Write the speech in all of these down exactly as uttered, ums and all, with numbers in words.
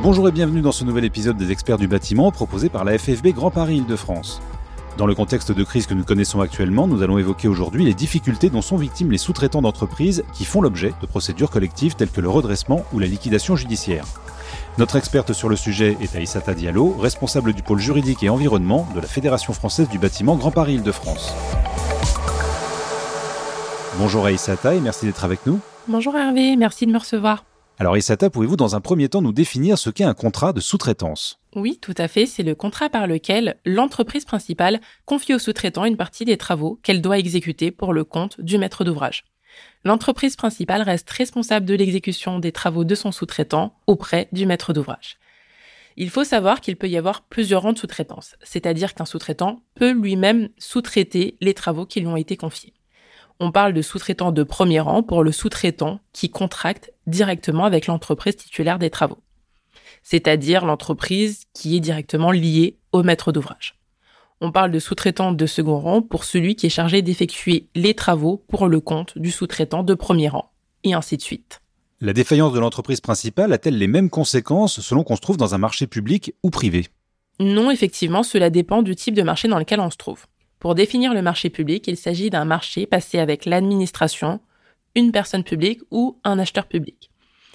Bonjour et bienvenue dans ce nouvel épisode des Experts du bâtiment proposé par la F F B Grand Paris Île-de-France. Dans le contexte de crise que nous connaissons actuellement, nous allons évoquer aujourd'hui les difficultés dont sont victimes les sous-traitants d'entreprises qui font l'objet de procédures collectives telles que le redressement ou la liquidation judiciaire. Notre experte sur le sujet est Aïssata Diallo, responsable du pôle juridique et environnement de la Fédération française du bâtiment Grand Paris Île-de-France. Bonjour Aïssata et merci d'être avec nous. Bonjour Hervé, merci de me recevoir. Alors Aïssata, pouvez-vous dans un premier temps nous définir ce qu'est un contrat de sous-traitance ? Oui, tout à fait, c'est le contrat par lequel l'entreprise principale confie au sous-traitant une partie des travaux qu'elle doit exécuter pour le compte du maître d'ouvrage. L'entreprise principale reste responsable de l'exécution des travaux de son sous-traitant auprès du maître d'ouvrage. Il faut savoir qu'il peut y avoir plusieurs rangs de sous-traitance, c'est-à-dire qu'un sous-traitant peut lui-même sous-traiter les travaux qui lui ont été confiés. On parle de sous-traitant de premier rang pour le sous-traitant qui contracte directement avec l'entreprise titulaire des travaux, c'est-à-dire l'entreprise qui est directement liée au maître d'ouvrage. On parle de sous-traitant de second rang pour celui qui est chargé d'effectuer les travaux pour le compte du sous-traitant de premier rang, et ainsi de suite. La défaillance de l'entreprise principale a-t-elle les mêmes conséquences selon qu'on se trouve dans un marché public ou privé ? Non, effectivement, cela dépend du type de marché dans lequel on se trouve. Pour définir le marché public, il s'agit d'un marché passé avec l'administration, une personne publique ou un acheteur public.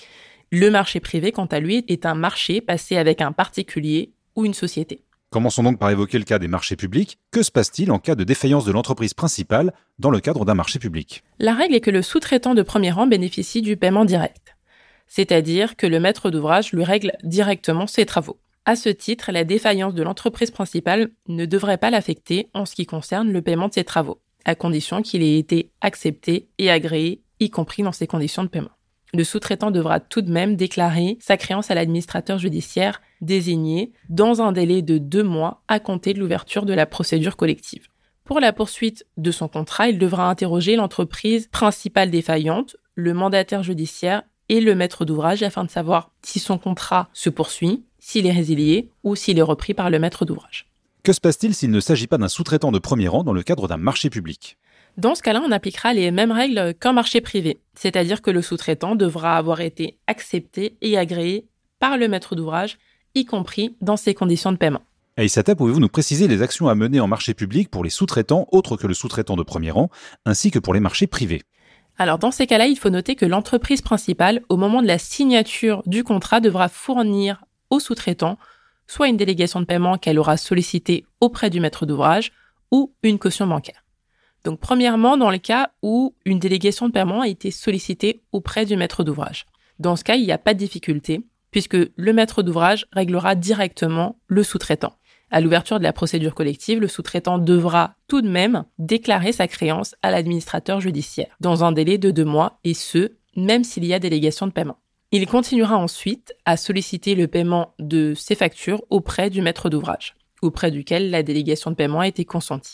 Le marché privé, quant à lui, est un marché passé avec un particulier ou une société. Commençons donc par évoquer le cas des marchés publics. Que se passe-t-il en cas de défaillance de l'entreprise principale dans le cadre d'un marché public ? La règle est que le sous-traitant de premier rang bénéficie du paiement direct, c'est-à-dire que le maître d'ouvrage lui règle directement ses travaux. À ce titre, la défaillance de l'entreprise principale ne devrait pas l'affecter en ce qui concerne le paiement de ses travaux, à condition qu'il ait été accepté et agréé, y compris dans ses conditions de paiement. Le sous-traitant devra tout de même déclarer sa créance à l'administrateur judiciaire désigné dans un délai de deux mois à compter de l'ouverture de la procédure collective. Pour la poursuite de son contrat, il devra interroger l'entreprise principale défaillante, le mandataire judiciaire et le maître d'ouvrage afin de savoir si son contrat se poursuit, s'il est résilié ou s'il est repris par le maître d'ouvrage. Que se passe-t-il s'il ne s'agit pas d'un sous-traitant de premier rang dans le cadre d'un marché public ? Dans ce cas-là, on appliquera les mêmes règles qu'un marché privé, c'est-à-dire que le sous-traitant devra avoir été accepté et agréé par le maître d'ouvrage, y compris dans ses conditions de paiement. Aïssata, pouvez-vous nous préciser les actions à mener en marché public pour les sous-traitants autres que le sous-traitant de premier rang, ainsi que pour les marchés privés ? Alors dans ces cas-là, il faut noter que l'entreprise principale, au moment de la signature du contrat, devra fournir au sous-traitant soit une délégation de paiement qu'elle aura sollicitée auprès du maître d'ouvrage ou une caution bancaire. Donc premièrement, dans le cas où une délégation de paiement a été sollicitée auprès du maître d'ouvrage. Dans ce cas, il n'y a pas de difficulté puisque le maître d'ouvrage réglera directement le sous-traitant. À l'ouverture de la procédure collective, le sous-traitant devra tout de même déclarer sa créance à l'administrateur judiciaire dans un délai de deux mois et ce, même s'il y a délégation de paiement. Il continuera ensuite à solliciter le paiement de ses factures auprès du maître d'ouvrage, auprès duquel la délégation de paiement a été consentie.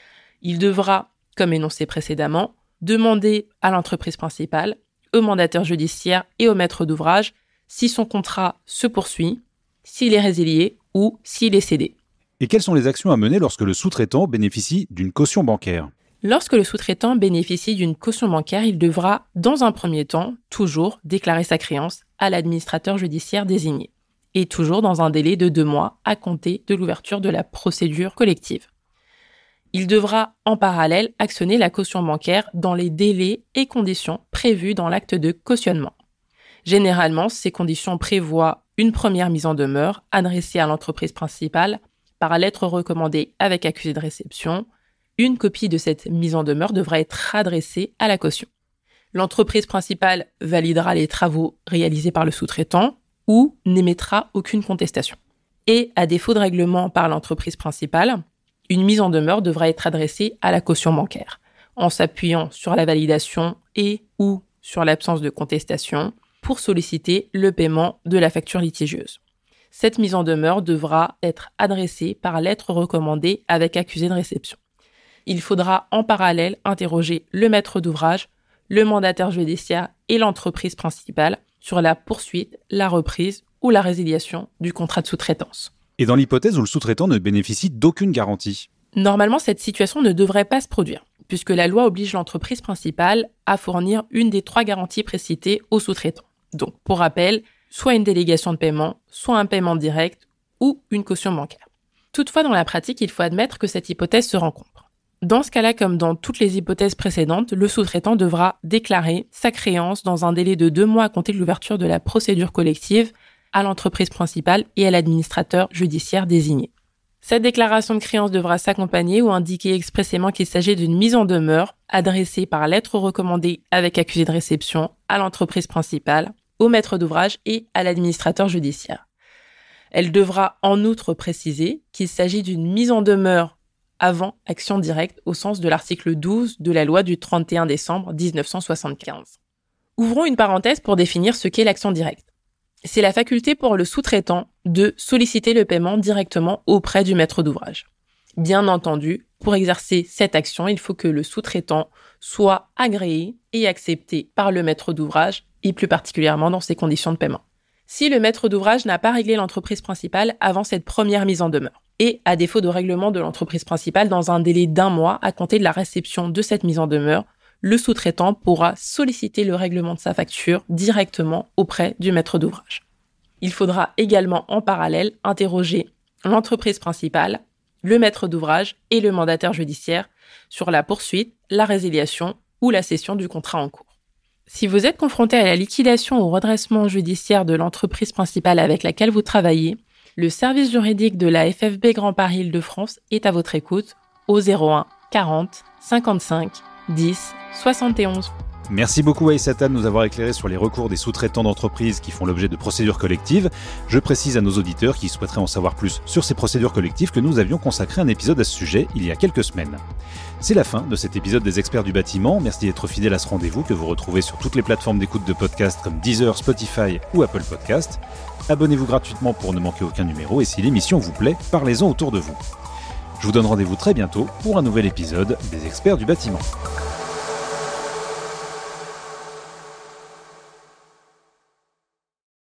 Il devra, comme énoncé précédemment, demander à l'entreprise principale, au mandataire judiciaire et au maître d'ouvrage si son contrat se poursuit, s'il est résilié ou s'il est cédé. Et quelles sont les actions à mener lorsque le sous-traitant bénéficie d'une caution bancaire ? Lorsque le sous-traitant bénéficie d'une caution bancaire, il devra, dans un premier temps, toujours déclarer sa créance à l'administrateur judiciaire désigné, et toujours dans un délai de deux mois à compter de l'ouverture de la procédure collective. Il devra, en parallèle, actionner la caution bancaire dans les délais et conditions prévus dans l'acte de cautionnement. Généralement, ces conditions prévoient une première mise en demeure adressée à l'entreprise principale par lettre recommandée avec accusé de réception. Une copie de cette mise en demeure devra être adressée à la caution. L'entreprise principale validera les travaux réalisés par le sous-traitant ou n'émettra aucune contestation. Et à défaut de règlement par l'entreprise principale, une mise en demeure devra être adressée à la caution bancaire, en s'appuyant sur la validation et ou sur l'absence de contestation pour solliciter le paiement de la facture litigieuse. Cette mise en demeure devra être adressée par lettre recommandée avec accusé de réception. Il faudra en parallèle interroger le maître d'ouvrage, le mandataire judiciaire et l'entreprise principale sur la poursuite, la reprise ou la résiliation du contrat de sous-traitance. Et dans l'hypothèse où le sous-traitant ne bénéficie d'aucune garantie ? Normalement, cette situation ne devrait pas se produire, puisque la loi oblige l'entreprise principale à fournir une des trois garanties précitées au sous-traitant. Donc, pour rappel, soit une délégation de paiement, soit un paiement direct ou une caution bancaire. Toutefois, dans la pratique, il faut admettre que cette hypothèse se rencontre. Dans ce cas-là, comme dans toutes les hypothèses précédentes, le sous-traitant devra déclarer sa créance dans un délai de deux mois à compter de l'ouverture de la procédure collective à l'entreprise principale et à l'administrateur judiciaire désigné. Cette déclaration de créance devra s'accompagner ou indiquer expressément qu'il s'agit d'une mise en demeure adressée par lettre recommandée avec accusé de réception à l'entreprise principale, au maître d'ouvrage et à l'administrateur judiciaire. Elle devra en outre préciser qu'il s'agit d'une mise en demeure avant action directe au sens de l'article douze de la loi du trente et un décembre dix-neuf cent soixante-quinze. Ouvrons une parenthèse pour définir ce qu'est l'action directe. C'est la faculté pour le sous-traitant de solliciter le paiement directement auprès du maître d'ouvrage. Bien entendu, pour exercer cette action, il faut que le sous-traitant soit agréé et accepté par le maître d'ouvrage et plus particulièrement dans ses conditions de paiement. Si le maître d'ouvrage n'a pas réglé l'entreprise principale avant cette première mise en demeure, et à défaut de règlement de l'entreprise principale dans un délai d'un mois à compter de la réception de cette mise en demeure, le sous-traitant pourra solliciter le règlement de sa facture directement auprès du maître d'ouvrage. Il faudra également en parallèle interroger l'entreprise principale, le maître d'ouvrage et le mandataire judiciaire sur la poursuite, la résiliation ou la cession du contrat en cours. Si vous êtes confronté à la liquidation ou au redressement judiciaire de l'entreprise principale avec laquelle vous travaillez, le service juridique de la F F B Grand Paris Île-de-France est à votre écoute au zéro un quarante cinquante-cinq dix soixante et onze. Merci beaucoup Aïssata de nous avoir éclairé sur les recours des sous-traitants d'entreprises qui font l'objet de procédures collectives. Je précise à nos auditeurs qui souhaiteraient en savoir plus sur ces procédures collectives que nous avions consacré un épisode à ce sujet il y a quelques semaines. C'est la fin de cet épisode des Experts du bâtiment. Merci d'être fidèle à ce rendez-vous que vous retrouvez sur toutes les plateformes d'écoute de podcasts comme Deezer, Spotify ou Apple Podcasts. Abonnez-vous gratuitement pour ne manquer aucun numéro et si l'émission vous plaît, parlez-en autour de vous. Je vous donne rendez-vous très bientôt pour un nouvel épisode des Experts du bâtiment.